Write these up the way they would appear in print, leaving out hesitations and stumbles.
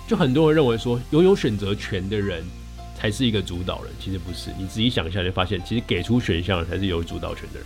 就很多人认为说，拥有选择权的人才是一个主导人，其实不是。你仔细想一下，就发现其实给出选项的才是有主导权的人。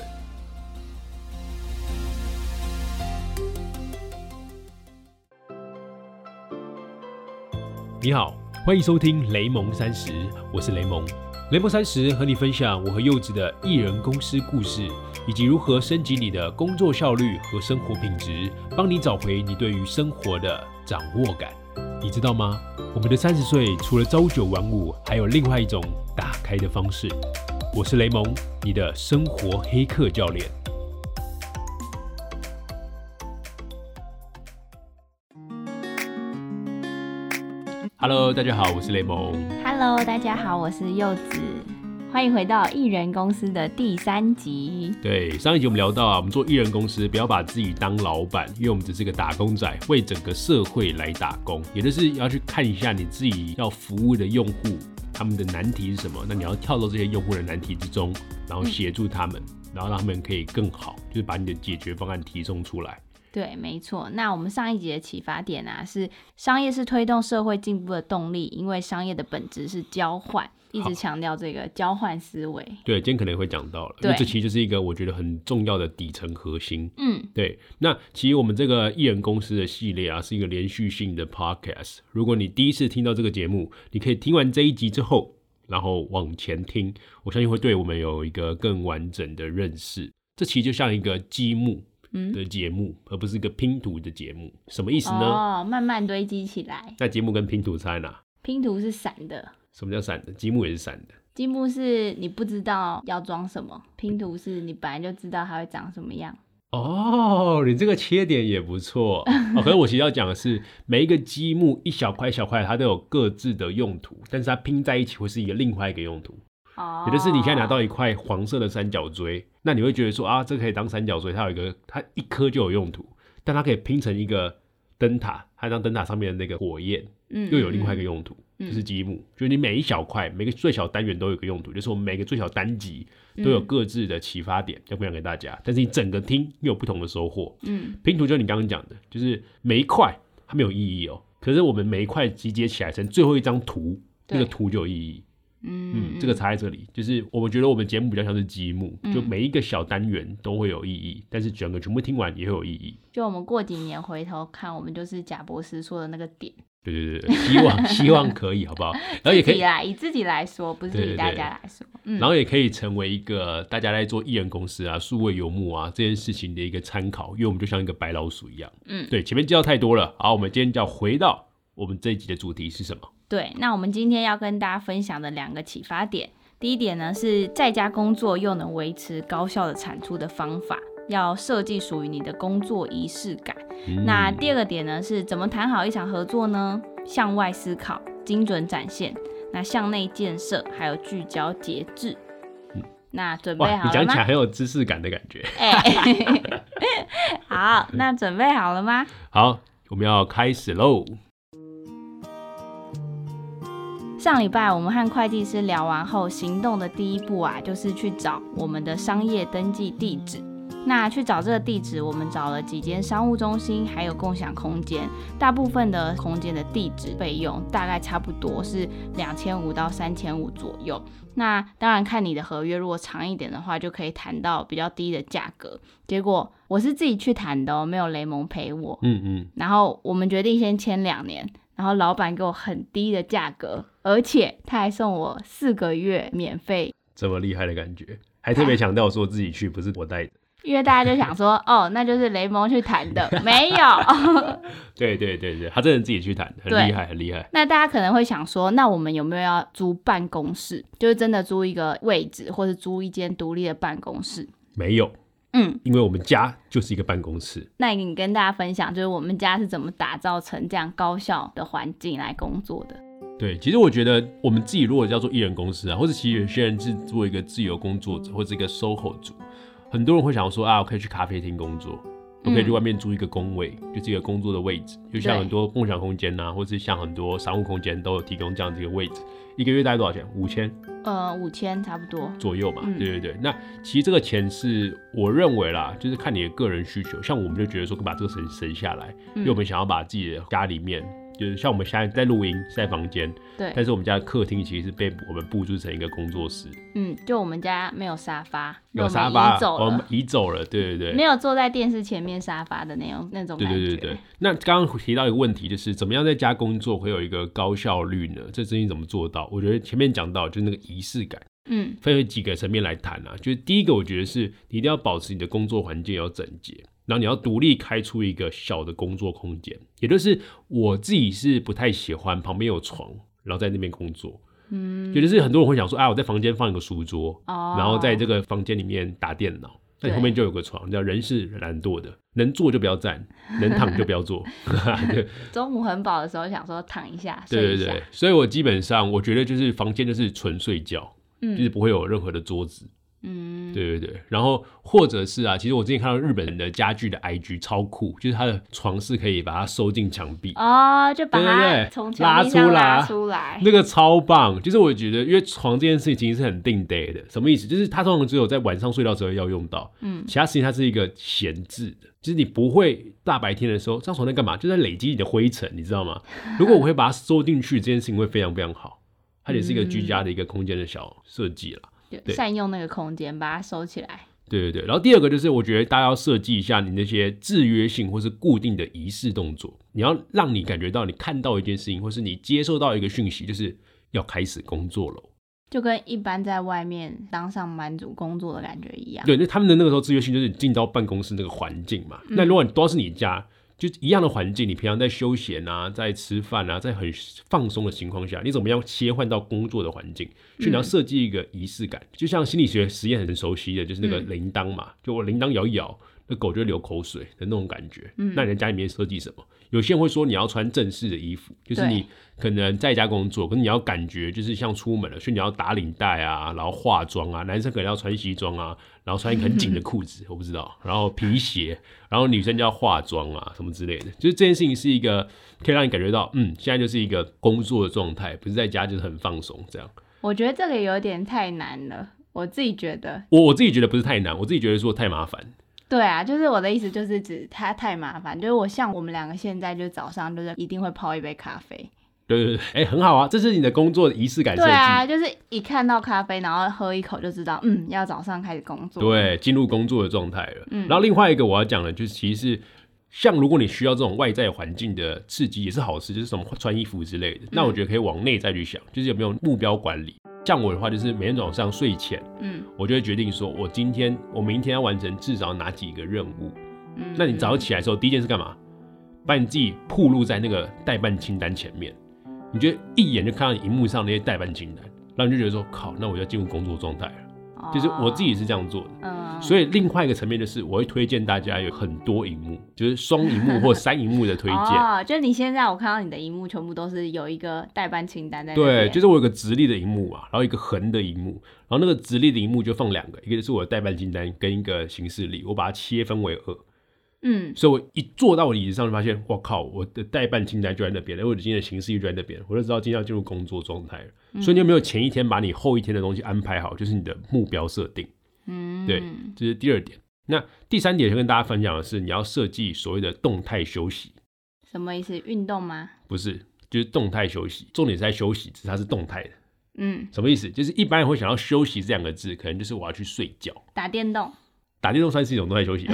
你好，欢迎收听雷蒙30，我是雷蒙。雷蒙30和你分享我和柚子的艺人公司故事，以及如何升级你的工作效率和生活品质，帮你找回你对于生活的掌握感。你知道吗？我们的30岁除了朝九晚五，还有另外一种打开的方式。我是雷蒙，你的生活黑客教练。Hello， 大家好，我是雷蒙。 Hello， 大家好，我是柚子。欢迎回到艺人公司的第3集。 对，上一集我们聊到我们做艺人公司，不要把自己当老板，因为我们只是个打工仔，为整个社会来打工，也就是要去看一下你自己要服务的用户，他们的难题是什么，那你要跳到这些用户的难题之中，然后协助他们，然后让他们可以更好，就是把你的解决方案提供出来。 对，没错。那我们上一集的启发点是商业是推动社会进步的动力，因为商业的本质是交换，一直强调这个交换思维。对， 今天可能会讲到了，因为这其实就是一个我觉得很重要的底层核心。对。那其实我们这个艺人公司的系列是一个连续性的 podcast。如果你第一次听到这个节目，你可以听完这一集之后，然后往前听，我相信会对我们有一个更完整的认识。这其实就像一个积木的节目，而不是一个拼图的节目。什么意思呢？ 慢慢堆积起来。 那积木跟拼图差在哪？ 拼图是散的。 什么叫散的？积木也是散的。 积木是你不知道要装什么，拼图是你本来就知道它会长什么样。 你这个切点也不错。可是我其实要讲的是，每一个积木一小块一小块，它都有各自的用途，但是它拼在一起会是另外一个用途。也就是你现在拿到一块黄色的三角锥，那你会觉得说这可以当三角锥，它一颗就有用途，但它可以拼成一个灯塔，它让灯塔上面的那个火焰又有另外一个用途，就是积木。就是你每一小块，每个最小单元都有一个用途，就是我们每个最小单集都有各自的启发点要分享给大家，但是你整个听又有不同的收获。拼图就是你刚刚讲的，就是每一块它没有意义可是我们每一块集结起来成最后一张图，那个图就有意义。这个差在这里，就是我们觉得我们节目比较像是积木，就每一个小单元都会有意义，但是整个全部听完也会有意义。 就我们过几年回头看，我们就是贾博士说的那个点。 对，希望可以，好不好？然后也可以以自己来说，不是以大家来说。 然后也可以成为一个大家在做艺人公司数位游牧这件事情的一个参考，因为我们就像一个白老鼠一样。对，前面介绍太多了，好，我们今天就要回到我们这一集的主题是什么？ 对，那我们今天要跟大家分享的2个启发点，第一点呢是在家工作又能维持高效的产出的方法，要设计属于你的工作仪式感。那第2个点呢是怎么谈好一场合作呢？向外思考，精准展现，那向内建设，还有聚焦节制。那准备好了吗？ 你讲起来很有知识感的感觉。 好，那准备好了吗？ 好，我们要开始喽。 上礼拜我们和会计师聊完后，行动的第一步就是去找我们的商业登记地址。那去找这个地址，我们找了几间商务中心，还有共享空间。大部分的空间的地址费用大概差不多是2500到3500左右。那当然看你的合约，如果长一点的话，就可以谈到比较低的价格。结果我是自己去谈的没有雷蒙陪我。然后我们决定先签2年。然后老板给我很低的价格，而且他还送我4个月免费， 这么厉害的感觉，还特别强调说自己去，不是我带的。 因为大家就想说那就是雷蒙去谈的。没有。 对，他真的自己去谈，很厉害很厉害。 那大家可能会想说，那我们有没有要租办公室，就是真的租一个位置，或是租一间独立的办公室？ 没有。因为我们家就是一个办公室。 那你跟大家分享，就是我们家是怎么打造成这样高效的环境来工作的？ 对，其实我觉得我们自己如果叫做艺人公司或者其实有些人是做一个自由工作者或者一个 SOHO 族，很多人会想说我可以去咖啡厅工作，我可以去外面租一个工位，就是一个工作的位置，就像很多共享空间或是像很多商务空间都有提供这样的一个位置。一个月大概多少钱？5000差不多左右嘛。对。那其实这个钱是我认为啦，就是看你的个人需求。像我们就觉得说把这个省下来，因为我们想要把自己的家里面就是像我们现在在录音是在房间， 对， 但是我们家的客厅其实是被我们布置成一个工作室。 就我们家没有沙发， 有沙发， 我们移走了，对对对， 没有坐在电视前面沙发的那种感觉。 对。那刚刚提到一个问题，就是怎么样在家工作会有一个高效率呢？这事情怎么做到？我觉得前面讲到就是那个仪式感。分为几个层面来谈啊。就是第一个，我觉得是你一定要保持你的工作环境要整洁，然后你要独立开出一个小的工作空间。也就是我自己是不太喜欢旁边有床，然后在那边工作。就是很多人会想说，我在房间放一个书桌，然后在这个房间里面打电脑。那后面就有个床，叫人是懒惰的，能坐就不要站，能躺就不要坐。 中午很饱的时候想说躺一下，睡一下。 对，所以我基本上我觉得就是房间就是纯睡觉。就是不会有任何的桌子。对。然后或者是其实我之前看到日本人的家具的 IG 超酷，就是他的床是可以把它收进墙壁， 就把它从墙壁上拉出来， 那个超棒。就是我觉得因为床这件事情是很定 day 的，什么意思？就是它通常只有在晚上睡觉之后要用到，其他时间它是一个闲置的，就是你不会大白天的时候这张床在干嘛，就在累积你的灰尘，你知道吗？如果我会把它收进去，这件事情会非常非常好。它也是一个居家的一个空间的小设计啦， 对，善用那个空间把它收起来。 对。然后第二个就是我觉得大家要设计一下你那些制约性或是固定的仪式动作，你要让你感觉到你看到一件事情或是你接受到一个讯息，就是要开始工作了，就跟一般在外面当上班族工作的感觉一样。 对，那他们的那个时候制约性就是你进到办公室那个环境嘛。那如果你都是你家就一样的环境，你平常在休闲在吃饭在很放松的情况下，你怎么样切换到工作的环境？所以你要设计一个仪式感，就像心理学实验很熟悉的，就是那个铃铛嘛，就我铃铛摇一摇，那狗就会流口水的那种感觉。那你在家里面设计什么？有些人会说你要穿正式的衣服，就是你可能在家工作，可是你要感觉就是像出门了，所以你要打领带然后化妆男生可能要穿西装然后穿一个很紧的裤子，我不知道，然后皮鞋，然后女生就要化妆什么之类的。就是这件事情是一个可以让你感觉到，现在就是一个工作的状态，不是在家就是很放松这样。 我觉得这个有点太难了，我自己觉得。 我自己觉得不是太难，我自己觉得说太麻烦。 对就是我的意思就是指它太麻烦，就是我们两个现在就早上就是一定会泡一杯咖啡。对， 很好这是你的工作的仪式感设计。 对就是一看到咖啡然后喝一口就知道要早上开始工作， 对，进入工作的状态了。然后另外一个我要讲的就是其实是像如果你需要这种外在环境的刺激也是好事，就是什么穿衣服之类的，那我觉得可以往内再去想，就是有没有目标管理。像我的话就是每天早上睡前我就会决定说我明天要完成至少哪几个任务。那你早上起来的时候第一件事干嘛？把你自己暴露在那个待办清单前面，你觉得一眼就看到你荧幕上那些待办清单，然后你就觉得说靠，那我要进入工作状态了。就是我自己是这样做的。所以另外一个层面就是我会推荐大家有很多萤幕，就是双萤幕或三萤幕的推荐。 就是你现在我看到你的萤幕全部都是有一个待办清单在那边。 对，就是我有个直立的萤幕然后一个横的萤幕，然后那个直立的萤幕就放两个，一个就是我的待办清单跟一个行事历，我把它切分为2。所以我一坐到我椅子上就发现，我靠，我的待办清单就在那边，我的今天的行事历就在那边，我就知道今天要进入工作状态了。所以你有没有前一天把你后一天的东西安排好，就是你的目标设定。对，这是第2点。那第3点就跟大家分享的是，你要设计所谓的动态休息。 什么意思？运动吗？ 不是，就是动态休息，重点是在休息，只是它是动态的。什么意思？就是一般人会想到休息这2个字，可能就是我要去睡觉、 打电动。 打电动算是一种动态休息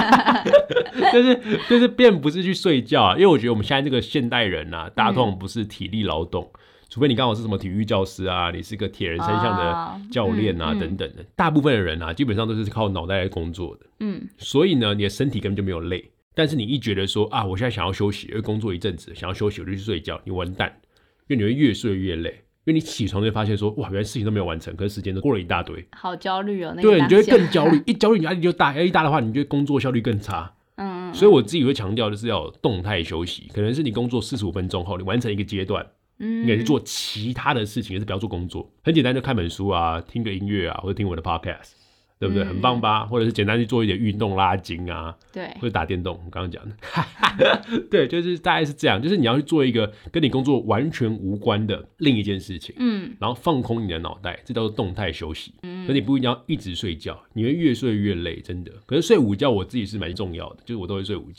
就是并不是去睡觉因为我觉得我们现在这个现代人大家通常不是体力劳动，除非你刚好是什么体育教师你是个铁人三项的教练等等的，大部分的人基本上都是靠脑袋来工作的。所以呢，你的身体根本就没有累，但是你一觉得说我现在想要休息，因为工作一阵子想要休息，我就去睡觉，你完蛋，因为你会越睡越累。因为你起床就发现说，哇，原来事情都没有完成，可是时间都过了一大堆， 好焦虑那个对，你就会更焦虑，一焦虑你压力就大，压力大的话，你就工作效率更差。所以我自己会强调就是要有动态休息，可能是你工作45分钟后，你完成一个阶段，你可以去做其他的事情，也是不要做工作，很简单，就看本书听个音乐或者听我的 podcast。对不对？很棒吧？或者是简单去做一点运动拉筋对， 或者打电动，我刚刚讲的对，就是大概是这样，就是你要去做一个跟你工作完全无关的另一件事情，然后放空你的脑袋，这叫做动态休息。可是你不一定要一直睡觉，你会越睡越累，真的。可是睡午觉我自己是蛮重要的，就是我都会睡午觉。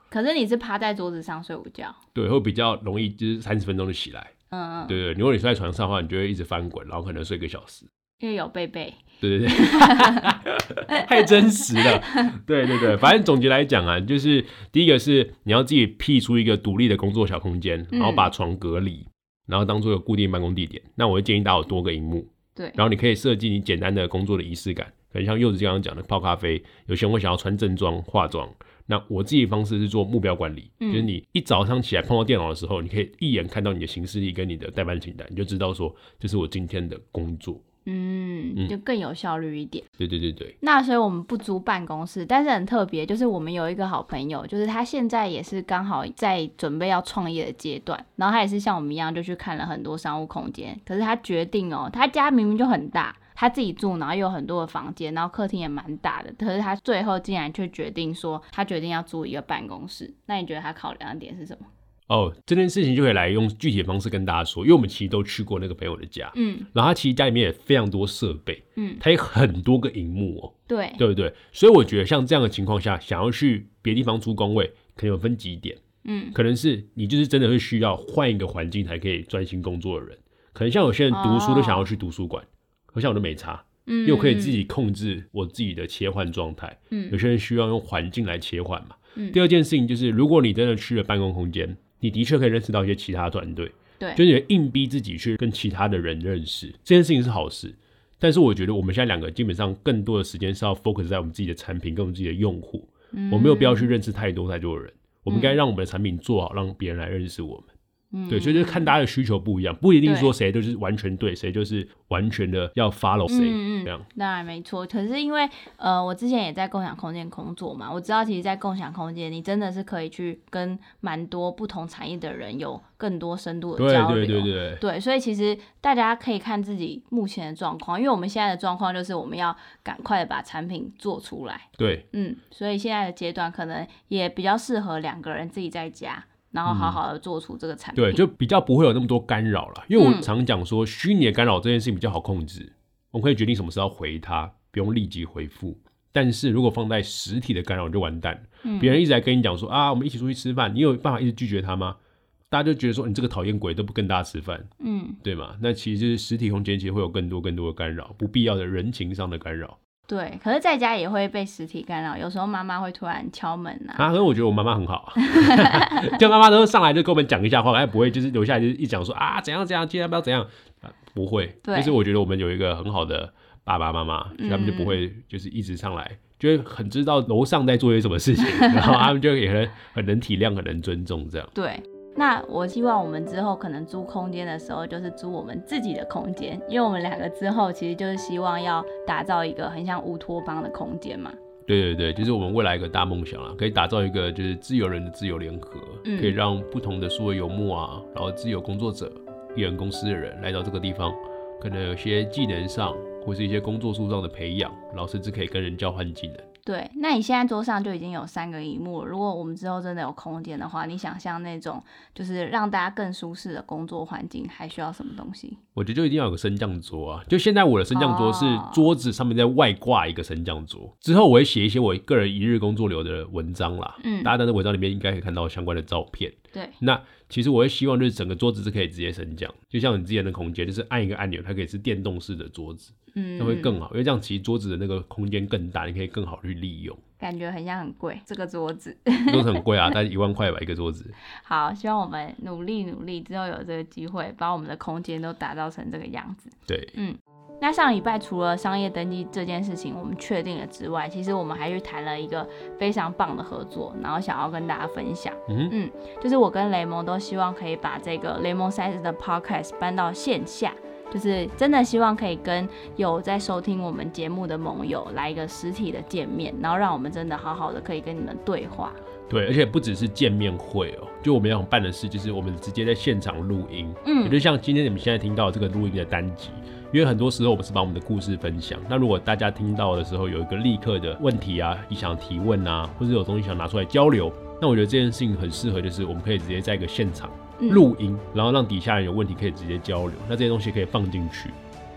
可是你是趴在桌子上睡午觉， 对，会比较容易就是30分钟就起来。对，如果你睡在床上的话，你就会一直翻滚，然后可能睡1个小时。 因为有贝贝。 对，太真实了。对，反正总结来讲啊，就是第一个是你要自己辟出一个独立的工作小空间，然后把床隔离，然后当做一个固定办公地点。那我会建议大家有多个萤幕， 对， 然后你可以设计你简单的工作的仪式感，可能像柚子刚刚讲的泡咖啡，有些人会想要穿正装化妆。那我自己的方式是做目标管理，就是你一早上起来碰到电脑的时候，你可以一眼看到你的行事历跟你的代办清单，你就知道说这是我今天的工作。 就更有效率一点。 对。 那所以我们不租办公室，但是很特别，就是我们有一个好朋友，就是他现在也是刚好在准备要创业的阶段，然后他也是像我们一样就去看了很多商务空间，可是他决定他家明明就很大，他自己住，然后又有很多的房间，然后客厅也蛮大的，可是他最后竟然却决定说他决定要租一个办公室。那你觉得他考量的点是什么？ 这件事情就可以来用具体的方式跟大家说，因为我们其实都去过那个朋友的家，然后他其实家里面也非常多设备，他有很多个萤幕对不对？所以我觉得像这样的情况下，想要去别地方租工位，可能有分几点，可能是你就是真的会需要换一个环境才可以专心工作的人，可能像有些人读书都想要去图书馆，像我都没差，因为我可以自己控制我自己的切换状态，有些人需要用环境来切换嘛。第二件事情就是，如果你真的去了办公空间，你的确可以认识到一些其他团队，对，就是你硬逼自己去跟其他的人认识，这件事情是好事。但是我觉得我们现在2个基本上更多的时间是要 focus 在我们自己的产品跟我们自己的用户，我没有必要去认识太多的人，我们应该让我们的产品做好，让别人来认识我们。对，所以就是看大家的需求不一样，不一定说谁就是完全对，谁就是完全的要 follow 谁，这样。 当然没错，可是因为我之前也在共享空间工作嘛，我知道其实在共享空间你真的是可以去跟蛮多不同产业的人有更多深度的交流。对，所以其实大家可以看自己目前的状况，因为我们现在的状况就是我们要赶快的把产品做出来。 对， 所以现在的阶段可能也比较适合2个人自己在家，然后好好的做出这个产品。 对，就比较不会有那么多干扰了。因为我常讲说，虚拟的干扰这件事情比较好控制，我们可以决定什么时候回他，不用立即回复。但是如果放在实体的干扰就完蛋了。别人一直在跟你讲说我们一起出去吃饭，你有办法一直拒绝他吗？大家就觉得说你这个讨厌鬼都不跟大家吃饭，对吗？那其实实体空间其实会有更多的干扰，不必要的人情上的干扰。 对，可是在家也会被实体干扰，有时候妈妈会突然敲门可是我觉得我妈妈很好就妈妈都上来就跟我们讲一下话，不会就是留下来就是一讲说怎样今天要不要怎样，不会。就是我觉得我们有一个很好的爸爸妈妈，所以他们就不会就是一直上来，就会很知道楼上在做些什么事情然后他们就也很能体谅，很能尊重这样。 对，那我希望我们之后可能租空间的时候，就是租我们自己的空间，因为我们2个之后其实就是希望要打造一个很像乌托邦的空间嘛。 对，就是我们未来一个大梦想啦，可以打造一个就是自由人的自由联合，可以让不同的数位游牧然后自由工作者、艺人公司的人来到这个地方，可能有些技能上或是一些工作术上的培养，然后甚至可以跟人交换技能。 对，那你现在桌上就已经有3个萤幕了，如果我们之后真的有空间的话，你想象那种就是让大家更舒适的工作环境还需要什么东西？我觉得就一定要有个升降桌就现在我的升降桌是桌子上面再外挂一个升降桌，之后我会写一些我个人一日工作流的文章啦，大家在这文章里面应该可以看到相关的照片。 对， 那其实我会希望就是整个桌子是可以直接升降，就像你之前的空间就是按一个按钮它可以是电动式的桌子，那会更好，因为这样其实桌子的那个空间更大，你可以更好去利用。 感觉很像很贵，这个桌子都很贵大概1万块吧一个桌子。 好，希望我们努力之后有这个机会把我们的空间都打造成这个样子。 对， 那上礼拜除了商业登记这件事情我们确定了之外，其实我们还去谈了一个非常棒的合作，然后想要跟大家分享。就是我跟雷蒙都希望可以把这个雷蒙30的 podcast 搬到线下，就是真的希望可以跟有在收听我们节目的盟友来一个实体的见面，然后让我们真的好好的可以跟你们对话。 对，而且不只是见面会就我们要办的事就是我们直接在现场录音，也就像今天你们现在听到这个录音的单集，因为很多时候我们是把我们的故事分享，那如果大家听到的时候有一个立刻的问题你想提问或者有东西想拿出来交流，那我觉得这件事情很适合，就是我们可以直接在一个现场录音，然后让底下人有问题可以直接交流，那这些东西可以放进去，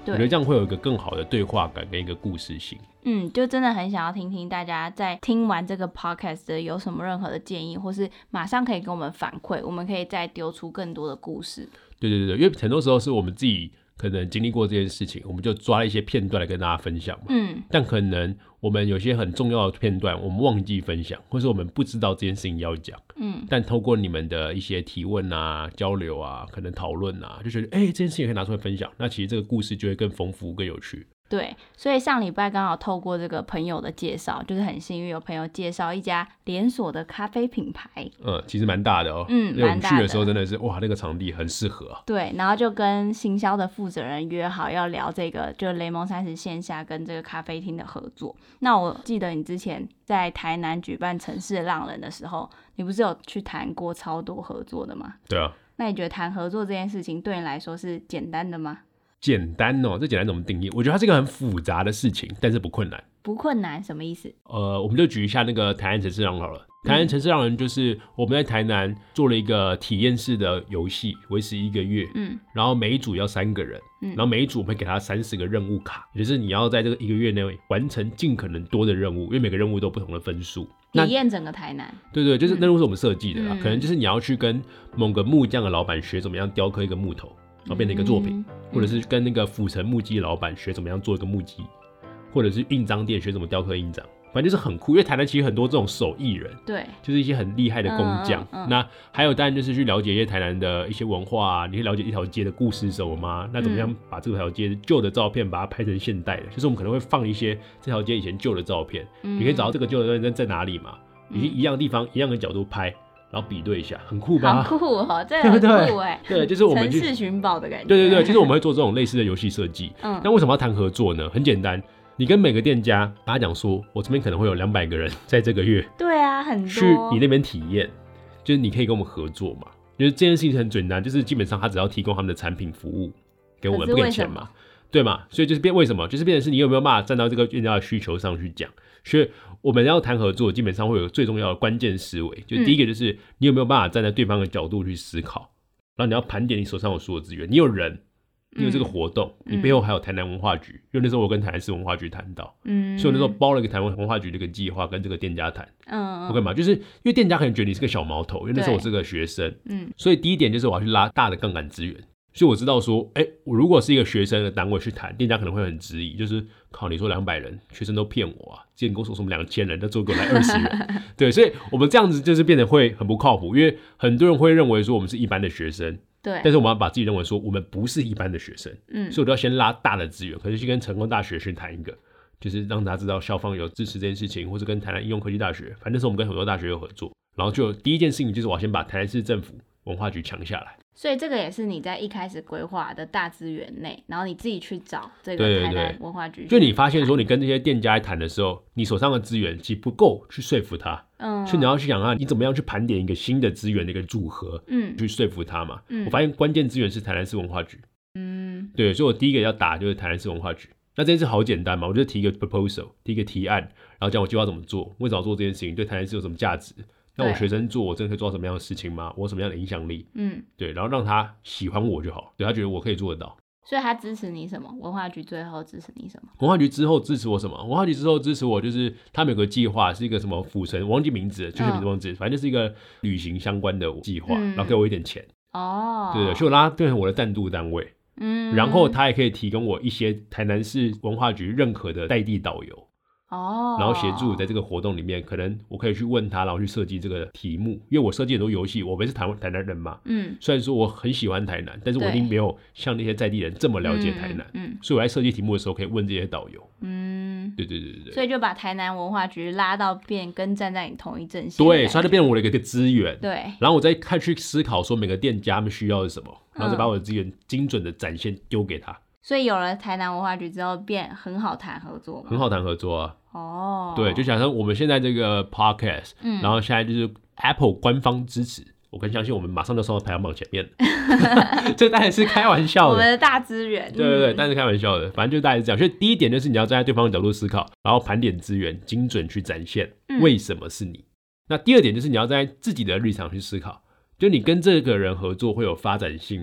我觉得这样会有一个更好的对话感跟一个故事性。 就真的很想要听听大家在听完这个 podcast 的有什么任何的建议，或是马上可以跟我们反馈，我们可以再丢出更多的故事。 对，因为很多时候是我们自己可能经历过这件事情，我们就抓了一些片段来跟大家分享嘛。但可能我们有些很重要的片段我们忘记分享，或是我们不知道这件事情要讲。但透过你们的一些提问啊、交流啊、可能讨论啊，就觉得这件事情可以拿出来分享，那其实这个故事就会更丰富、更有趣。 对，所以上礼拜刚好透过这个朋友的介绍，就是很幸运有朋友介绍一家连锁的咖啡品牌。 其实蛮大的哦。因为我们去的时候真的是哇，那个场地很适合啊。 对，然后就跟行销的负责人约好要聊这个，就雷蒙30线下跟这个咖啡厅的合作。那我记得你之前在台南举办城市浪人的时候，你不是有去谈过超多合作的吗？ 对啊。 那你觉得谈合作这件事情对你来说是简单的吗？ 简单哦，这简单怎么定义？我觉得它是一个很复杂的事情，但是不困难。 不困难什么意思？ 我们就举一下那个台南城市浪人好了。台南城市浪人就是我们在台南做了一个体验式的游戏，为时1个月。然后每一组要3个人，然后每一组我们会给他30个任务卡，也就是你要在这个1个月内完成尽可能多的任务，因为每个任务都有不同的分数。 体验整个台南。对， 就是那任务是我们设计的啦。可能就是你要去跟某个木匠的老板学怎么样雕刻一个木头，然后变成一个作品，或者是跟那个府城木屐老板学怎么样做一个木屐，或者是印章店学怎么雕刻印章，反正就是很酷。因为台南其实很多这种手艺人， 对， 就是一些很厉害的工匠。那还有当然就是去了解一些台南的一些文化啊，你可以了解一条街的故事是什么吗？那怎么样把这条街旧的照片把它拍成现代的？就是我们可能会放一些这条街以前旧的照片，你可以找到这个旧的照片在哪里嘛？一样的地方，一样的角度拍。然后比对一下，很酷吧？ 很酷哦，这很酷哎！ 对，就是我们城市寻宝的感觉。 对，就是我们会做这种类似的游戏设计。那为什么要谈合作呢？很简单，你跟每个店家把他讲说，我这边可能会有200个人在这个月， 对啊，很多去你那边体验，就是你可以跟我们合作嘛。就是这件事情很简单，就是基本上他只要提供他们的产品服务给我们，不给钱嘛，对嘛？所以就是为什么？就是变成是你有没有办法站到这个店家的需求上去讲。所以我们要谈合作，基本上会有最重要的关键思维，就第一个就是你有没有办法站在对方的角度去思考，然后你要盘点你手上有所有资源，你有人，你有这个活动，你背后还有台南文化局，因为那时候我跟台南市文化局谈到，所以我那时候包了一个台湾文化局的一个计划跟这个店家谈，OK 嘛，就是因为店家可能觉得你是个小毛头，因为那时候我是个学生，所以第一点就是我要去拉大的杠杆资源。所以我知道说，我如果是一个学生的单位去谈，店家可能会很质疑，就是靠你说200人，学生都骗我啊！之前跟我说什么2000人，那最后给我来20人，对，所以我们这样子就是变得会很不靠谱，因为很多人会认为说我们是一般的学生， 对， 但是我们要把自己认为说我们不是一般的学生，所以我都要先拉大的资源，可能去跟成功大学去谈一个，就是让大家知道校方有支持这件事情，或是跟台南应用科技大学，反正那时候我们跟很多大学有合作，然后就第一件事情就是我要先把台南市政府文化局抢下来。 所以这个也是你在一开始规划的大资源内，然后你自己去找这个台南文化局。 就你发现说，你跟这些店家在谈的时候，你手上的资源其实不够去说服他，所以你要去想啊，你怎么样去盘点一个新的资源的一个组合，去说服他嘛。我发现关键资源是台南市文化局，对，所以我第一个要打就是台南市文化局。那这件事好简单嘛，我就提一个 proposal， 提一个提案，然后讲我计划怎么做，为什么要做这件事情，对台南市有什么价值。那我学生做，我真的可以做到什么样的事情吗？我有什么样的影响力？对，然后让他喜欢我就好，对他觉得我可以做得到。 所以他支持你什么？文化局最后支持你什么？ 文化局之后支持我什么？文化局之后支持我就是他们有个计划，是一个什么府城，忘记名字了，确切名字忘记，反正就是一个旅行相关的计划，然后给我一点钱。对，所以我让他变成我的赞助单位。然后他也可以提供我一些台南市文化局认可的在地导游。然后协助在这个活动里面，可能我可以去问他，然后去设计这个题目，因为我设计很多游戏，我们是台南人嘛，虽然说我很喜欢台南，但是我一定没有像那些在地人这么了解台南，所以我在设计题目的时候可以问这些导游，对， 所以就把台南文化局拉到跟站在你同一阵线， 对，所以它就变成我的一个资源， 对， 然后我再去思考说每个店家他们需要的是什么，然后再把我的资源精准的展现丢给他。 所以有了台南文化局之后，变很好谈合作吗？ 很好谈合作啊。对，就想说我们现在这个 podcast，然后现在就是 Apple 官方支持，我更相信我们马上就上到排行榜前面。这当然是开玩笑的， 我们的大资源。 对，但是开玩笑的，反正就大概是这样。所以第一点就是你要站在对方的角度思考，然后盘点资源，精准去展现为什么是你。那第二点就是你要站在自己的立场去思考，就你跟这个人合作会有发展性吗？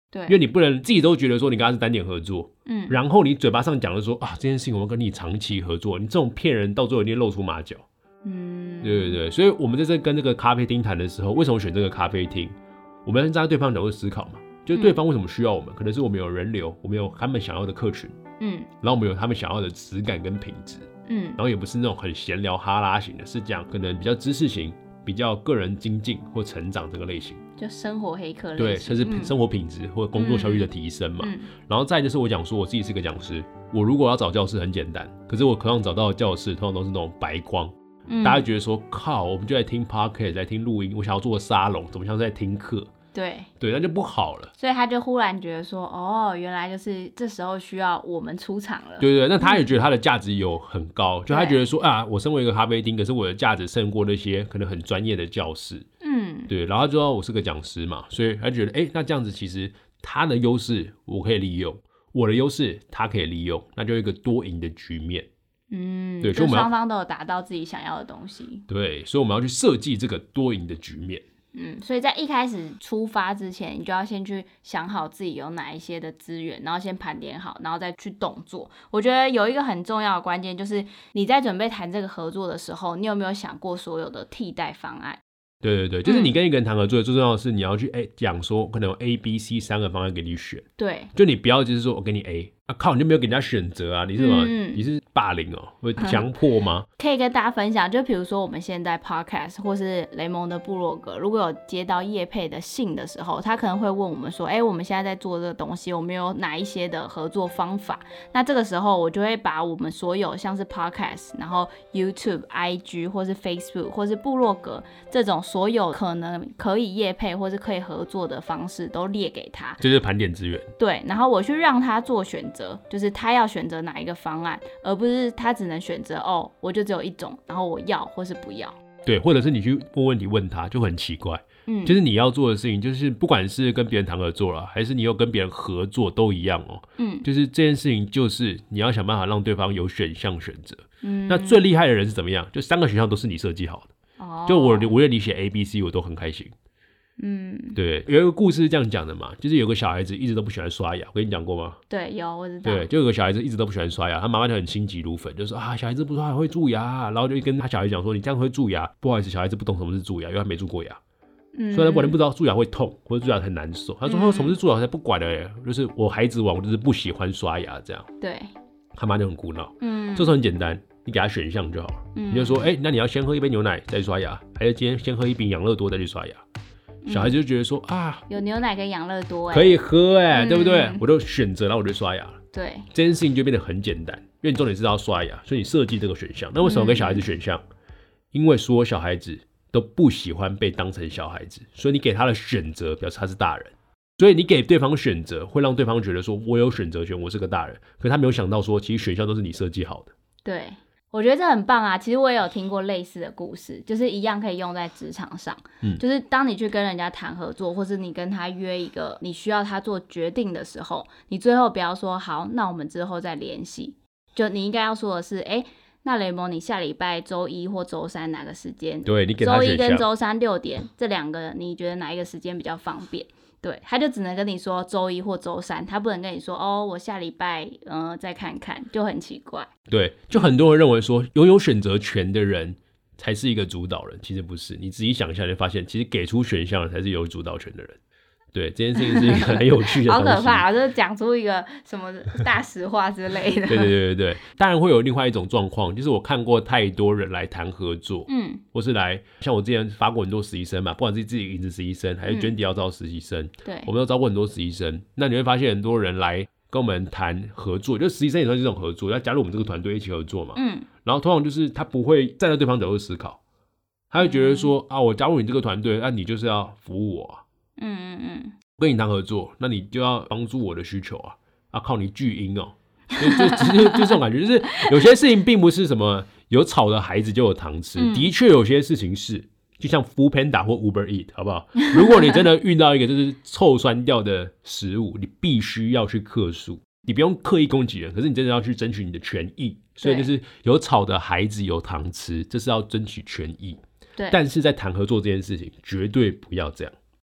对， 因为你不能自己都觉得说你跟他是单点合作，然后你嘴巴上讲的说啊这件事情我要跟你长期合作，你这种骗人到最后一定露出马脚。对，所以我们在这跟这个咖啡厅谈的时候，为什么选这个咖啡厅？我们要站在对方角度思考嘛，就是对方为什么需要我们？可能是我们有人流，我们有他们想要的客群，然后我们有他们想要的质感跟品质，然后也不是那种很闲聊哈拉型的，是讲可能比较知识型、比较个人精进或成长这个类型， 就生活黑客类型， 对，甚至生活品质或工作效率的提升嘛。然后再就是我讲说我自己是个讲师，我如果要找教室很简单，可是我通常找到的教室通常都是那种白光。大家觉得说靠，我们就在听 podcast 在听录音，我想要做个沙龙，怎么像是在听课？对，那就不好了。 所以他就忽然觉得说，哦，原来就是这时候需要我们出场了。 对，那他也觉得他的价值有很高，就他觉得说啊，我身为一个咖啡厅，可是我的价值胜过那些可能很专业的教室。对，然后他知道我是个讲师嘛，所以他觉得，那这样子其实他的优势我可以利用，我的优势他可以利用，那就一个多赢的局面。 对，所以双方都有达到自己想要的东西。 对，所以我们要去设计这个多赢的局面。 所以在一开始出发之前，你就要先去想好自己有哪一些的资源，然后先盘点好，然后再去动作。我觉得有一个很重要的关键，就是你在准备谈这个合作的时候，你有没有想过所有的替代方案？ 对，就是你跟一个人谈合作，最重要的是你要去讲说可能有 A、B、C 3个方案给你选。对，就你不要就是说我给你 A，靠，你就没有给人家选择啊？你是什么？你是霸凌哦？会强迫吗？ 可以跟大家分享，就比如说我们现在 podcast 或是雷蒙的部落格，如果有接到业配的信的时候，他可能会问我们说，我们现在在做这个东西，我们有哪一些的合作方法？那这个时候我就会把我们所有像是 podcast， 然后 YouTube、IG 或是 Facebook 或是部落格这种所有可能可以业配或是可以合作的方式都列给他， 就是盘点资源。 对，然后我去让他做选择，就是他要选择哪一个方案，而不是他只能选择我就只有一种，然后我要或是不要。 对，或者是你去问问题问他，就很奇怪。就是你要做的事情，就是不管是跟别人谈合作啦，还是你有跟别人合作都一样哦。就是这件事情，就是你要想办法让对方有选项选择。那最厉害的人是怎么样？就3个选项都是你设计好的。就我无论你写 A、B、C 我都很开心。对，有一个故事是这样讲的嘛，就是有个小孩子一直都不喜欢刷牙，我跟你讲过吗？ 对，有，我知道。 对，就有个小孩子一直都不喜欢刷牙，他妈妈就很心急如焚，就说啊，小孩子不刷牙会蛀牙，然后就跟他小孩讲说，你这样会蛀牙。不好意思，小孩子不懂什么是蛀牙，因为他没蛀过牙。所以他完全不知道蛀牙会痛或者蛀牙很难受。他说什么是蛀牙，我才不管的，就是我孩子我就是不喜欢刷牙这样。对，他妈就很苦恼。这时候很简单，你给他选项就好了。你就说，那你要先喝一杯牛奶再刷牙，还是今天先喝一瓶养乐多再去刷牙？小孩子就觉得说啊， 有牛奶跟养乐多可以喝对不对？我就选择，然后我就刷牙了。 对， 这件事情就变得很简单，因为你重点是要刷牙，所以你设计这个选项。那为什么给小孩子选项？因为所有小孩子都不喜欢被当成小孩子，所以你给他的选择表示他是大人。所以你给对方选择，会让对方觉得说我有选择权，我是个大人。可是他没有想到说，其实选项都是你设计好的。 对。我觉得这很棒啊！其实我也有听过类似的故事，就是一样可以用在职场上。就是当你去跟人家谈合作，或是你跟他约一个你需要他做决定的时候，你最后不要说好，那我们之后再联系。就你应该要说的是，那雷蒙，你下礼拜周一或周三哪个时间？ 对，你给他选项。 周一跟周三6点这2个，你觉得哪一个时间比较方便？对，他就只能跟你说周一或周三，他不能跟你说我下礼拜再看看，就很奇怪。对， 就很多人认为说拥有选择权的人才是一个主导人，其实不是。你仔细想一下，就发现其实给出选项的才是有主导权的人。对，这件事情是一个很有趣的东西。 好可怕，就是讲出一个什么大实话之类的。 对，当然会有另外一种状况，就是我看过太多人来谈合作，或是来像我之前发过很多实习生嘛，不管是自己引职实习生，还是捐底要招实习生，对，我们都招过很多实习生。那你会发现很多人来跟我们谈合作，就实习生也算是这种合作，要加入我们这个团队一起合作嘛。然后通常就是他不会站在对方角度思考，他会觉得说我加入你这个团队，那你就是要服务我啊。跟你谈合作，那你就要帮助我的需求啊，靠你巨婴哦，就这种感觉，就是有些事情并不是什么有草的孩子就有糖吃，的确有些事情是，就像 Foodpanda 或 Uber Eat， 好不好？如果你真的遇到一个就是臭酸掉的食物，你必须要去客诉，你不用刻意攻击人，可是你真的要去争取你的权益，所以就是有草的孩子有糖吃，这是要争取权益。对，但是在谈合作这件事情，绝对不要这样。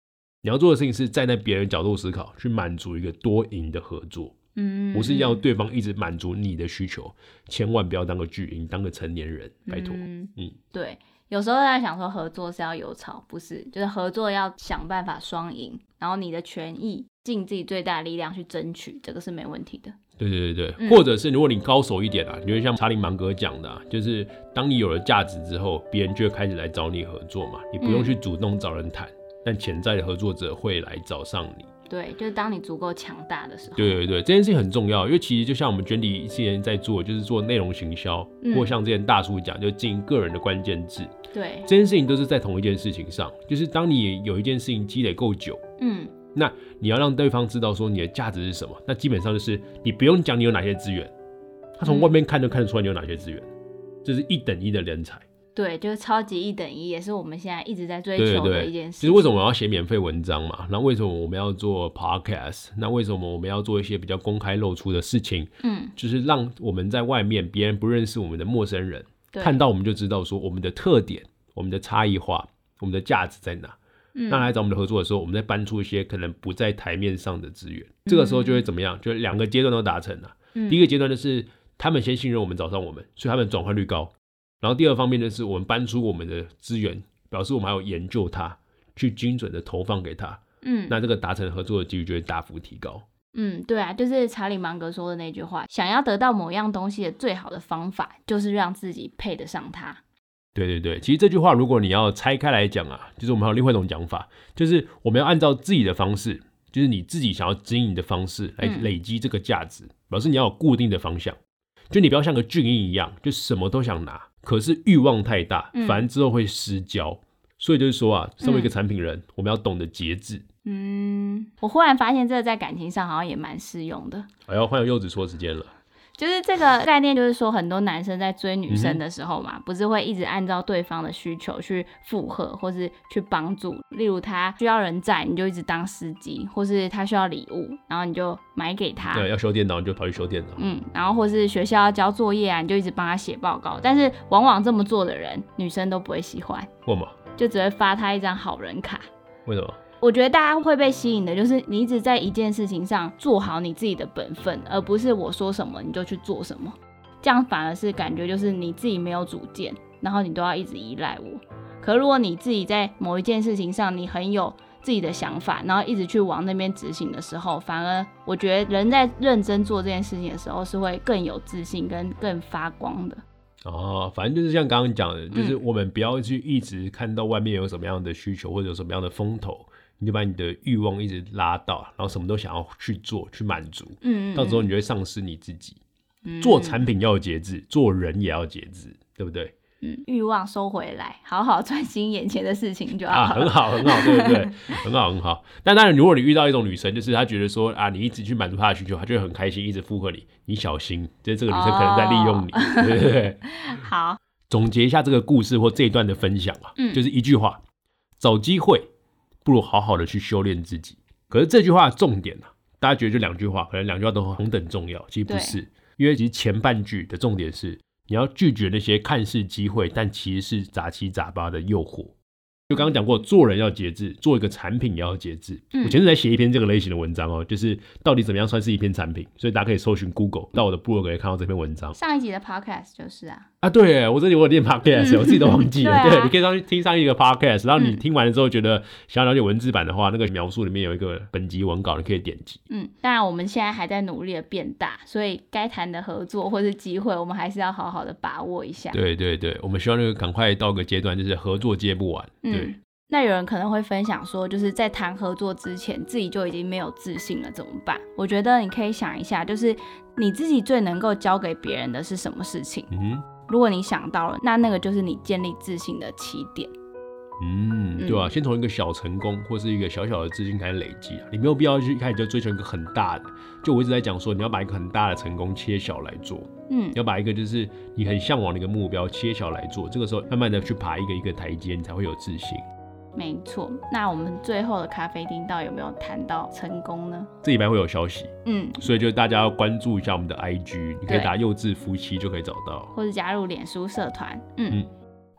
你要做的事情是站在别人角度思考，去满足一个多赢的合作。不是要对方一直满足你的需求，千万不要当个巨婴，当个成年人，拜托。 对，有时候在想说合作是要有吵，不是，就是合作要想办法双赢，然后你的权益尽自己最大的力量去争取，这个是没问题的。对， 或者是如果你高手一点啊，你就像查理芒格讲的啊，就是当你有了价值之后，别人就会开始来找你合作嘛，你不用去主动找人谈，但潜在的合作者会来找上你。 对，就是当你足够强大的时候。 对，这件事情很重要，因为其实就像我们卷底之前在做，就是做内容行销，或像之前大叔讲，就经营个人的关键字。 对， 这件事情都是在同一件事情上，就是当你有一件事情积累够久，那你要让对方知道说你的价值是什么，那基本上就是你不用讲你有哪些资源，他从外面看就看得出来你有哪些资源，这是1等1的人才。 对，就是超级1等1，也是我们现在一直在追求的一件事。 其实为什么我要写免费文章嘛？那为什么我们要做 podcast？ 那为什么我们要做一些比较公开露出的事情？就是让我们在外面别人不认识我们的陌生人看到我们就知道说我们的特点、我们的差异化、我们的价值在哪。那来找我们的合作的时候，我们再搬出一些可能不在台面上的资源，这个时候就会怎么样？就2个阶段都达成了。第一个阶段就是他们先信任我们，找上我们，所以他们转换率高。然后第二方面就是我们搬出我们的资源，表示我们还有研究它，去精准的投放给他。那这个达成合作的几率就会大幅提高。 对啊，就是查理芒格说的那句话，想要得到某样东西的最好的方法，就是让自己配得上它。 对，其实这句话如果你要拆开来讲啊，就是我们还有另外一种讲法，就是我们要按照自己的方式，就是你自己想要经营的方式来累积这个价值，表示你要有固定的方向，就你不要像个巨婴一样，就什么都想拿，可是欲望太大，反而之后会失焦。所以就是说啊，身为一个产品人，我们要懂得节制。 我忽然发现这个在感情上好像也蛮适用的。 换有柚子说时间了。 就是这个概念，就是说很多男生在追女生的时候嘛，不是会一直按照对方的需求去附和，或是去帮助。例如他需要人载，你就一直当司机；或是他需要礼物，然后你就买给他。 对，要修电脑你就跑去修电脑。 然后或是学校要交作业啊，你就一直帮他写报告。但是往往这么做的人，女生都不会喜欢。 为什么？ 就只会发他一张好人卡。 为什么？ 我觉得大家会被吸引的就是你一直在一件事情上做好你自己的本分，而不是我说什么你就去做什么，这样反而是感觉就是你自己没有主见，然后你都要一直依赖我。可如果你自己在某一件事情上你很有自己的想法，然后一直去往那边执行的时候，反而我觉得人在认真做这件事情的时候是会更有自信跟更发光的。 反正就是像刚刚讲的，就是我们不要去一直看到外面有什么样的需求或者有什么样的风头，你就把你的欲望一直拉到，然后什么都想要去做去满足，到时候你就会丧失你自己。做产品要有节制，做人也要节制，对不对？ 欲望收回来，好好专心眼前的事情就好了。 很好，对，很好。但当然，如果你遇到一种女生，就是她觉得说你一直去满足她的需求，她就会很开心，一直附和你，你小心，就是这个女生可能在利用你，对不对？ 好， 总结一下这个故事或这一段的分享就是一句话：找机会不如好好的去修炼自己。可是这句话的重点大家觉得就2句话，可能2句话都同等重要，其实不是，因为其实前半句的重点是你要拒绝那些看似机会但其实是杂七杂八的诱惑。就刚刚讲过，做人要节制，做一个产品也要节制。我前阵在写一篇这个类型的文章就是到底怎么样算是一篇产品，所以大家可以搜寻 Google 到我的部落格可以看到这篇文章。 上一集的 podcast 就是对，我这里我有念 podcast 我自己都忘记了。对，你可以上去听上一个 podcast， 然后你听完了之后觉得想要了解文字版的话，那个描述里面有一个本集文稿，你可以点击。 当然我们现在还在努力的变大，所以该谈的合作或是机会，我们还是要好好的把握一下。对， 我们希望赶快到个阶段，就是合作接不完。对。 那有人可能会分享说，就是在谈合作之前自己就已经没有自信了怎么办？我觉得你可以想一下，就是你自己最能够交给别人的是什么事情？如果你想到了，那个就是你建立自信的起点。 对吧？先从一个小成功或是一个小小的自信开始累积你没有必要去一开始就追求一个很大的。就我一直在讲说，你要把一个很大的成功切小来做，你要把一个就是你很向往的一个目标切小来做，这个时候慢慢的去爬一个一个台阶，你才会有自信。 没错，那我们最后的咖啡厅到底有没有谈到成功呢？ 这礼拜会有消息，所以就大家要关注一下我们的 IG， 你可以打柚子夫妻就可以找到， 或者加入脸书社团。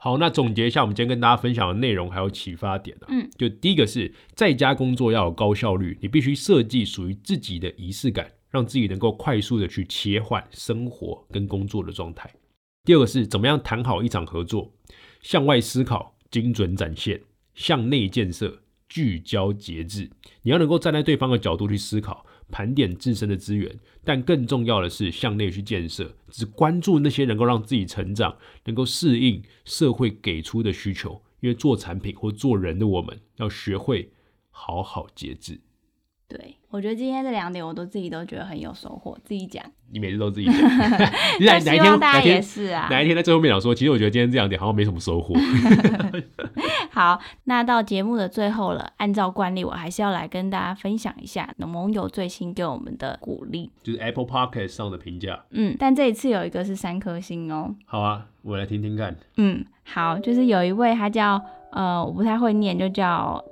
好，那总结一下我们今天跟大家分享的内容还有启发点就第一个是在家工作要有高效率，你必须设计属于自己的仪式感，让自己能够快速的去切换生活跟工作的状态。第二个是怎么样谈好一场合作，向外思考，精准展现，向内建设，聚焦节制。你要能够站在对方的角度去思考，盘点自身的资源，但更重要的是向内去建设，只关注那些能够让自己成长，能够适应社会给出的需求。因为做产品或做人的我们要学会好好节制。 对，我觉得今天这2点我自己都觉得很有收获，自己讲。 你每次都自己讲，你希望大家也是啊。 哪一天在最后面讲说，其实我觉得今天这2点好像没什么收获。 好，那到节目的最后了，按照惯例，我还是要来跟大家分享一下盟友最新给我们的鼓励， 就是 Apple Podcast 上的评价。 但这一次有一个是3颗星哦。 好啊，我来听听看。 好，就是有一位他叫我不太会念，就叫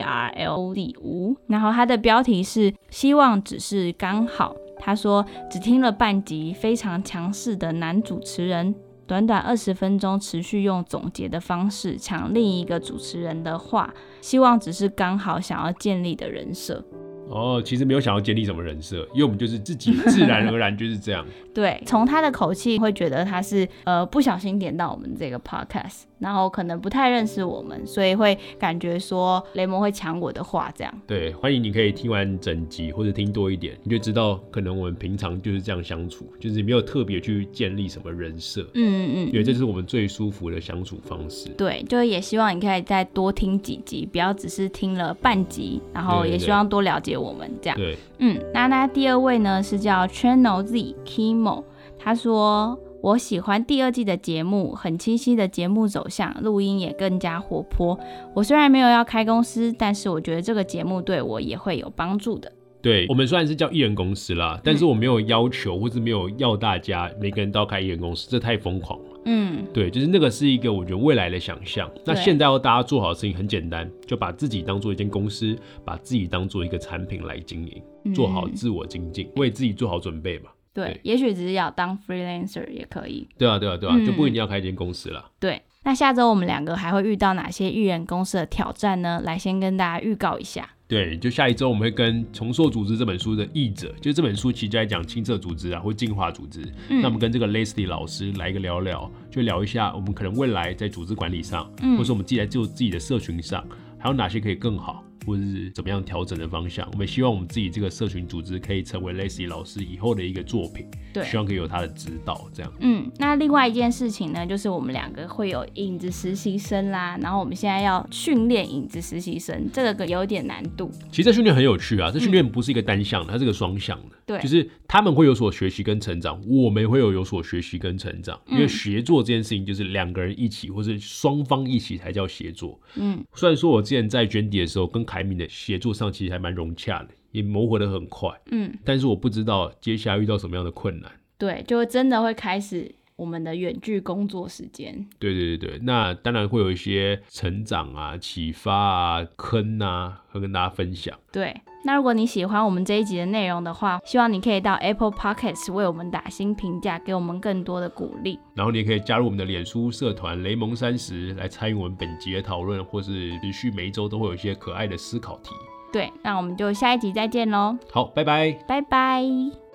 MARLD5，然后他的标题是希望只是刚好。他说只听了半集，非常强势的男主持人，短短20分钟持续用总结的方式抢另一个主持人的话，希望只是刚好想要建立的人设。 其实没有想要建立什么人设，因为我们就是自己自然而然就是这样。 对，从他的口气会觉得他是不小心点到我们这个 podcast， 然后可能不太认识我们，所以会感觉说雷蒙会抢我的话这样。 对，欢迎你可以听完整集或者听多一点，你就知道可能我们平常就是这样相处，就是没有特别去建立什么人设。因为这是我们最舒服的相处方式。 对，就也希望你可以再多听几集，不要只是听了半集，然后也希望多了解我们这样。 对， 那第2位呢是叫 Channel Z Kimo， 他说我喜欢第2季的节目，很清晰的节目走向，录音也更加活泼。我虽然没有要开公司，但是我觉得这个节目对我也会有帮助的。 对，我们虽然是叫艺人公司啦，但是我没有要求或是没有要大家每个人都要开艺人公司，这太疯狂了。对，就是那个是一个我觉得未来的想象。那现在要大家做好的事情很简单，就把自己当做一间公司，把自己当做一个产品来经营，做好自我精进，为自己做好准备嘛。 对，也许只是要当 freelancer 也可以。 对啊，就不一定要开一间公司啦。 对，那下周我们2个还会遇到哪些艺人公司的挑战呢？来先跟大家预告一下。 对，就下一周我们会跟《重塑组织》这本书的译者，就是这本书其实在讲青色组织或进化组织。那我们跟这个 Leslie 老师来一个聊聊，就聊一下我们可能未来在组织管理上，或是我们自己在做自己的社群上，还有哪些可以更好，或者是怎么样调整的方向。我们希望我们自己这个社群组织可以成为 Leslie 老师以后的一个作品，对，希望可以有他的指导这样。 那另外一件事情呢，就是我们2个会有影子实习生啦，然后我们现在要训练影子实习生，这个有点难度。 其实这训练很有趣啊，这训练不是一个单向的，它是个双向的。对，就是他们会有所学习跟成长，我们会有所学习跟成长。因为协作这件事情就是2个人一起，或是双方一起才叫协作。虽然说我之前在卷底的时候跟凯敏的协作上其实还蛮融洽的，也磨合得很快。但是我不知道接下来遇到什么样的困难。对， 就真的会开始我们的远距工作时间。 对，那当然会有一些成长啊、启发啊、坑啊，会跟大家分享。 对，那如果你喜欢我们这一集的内容的话，希望你可以到 Apple Podcast 为我们打新评价，给我们更多的鼓励。 然后你也可以加入我们的脸书社团雷蒙30来参与我们本集的讨论，或是持续每一周都会有一些可爱的思考题。 对，那我们就下一集再见咯。 好，拜拜。 拜拜。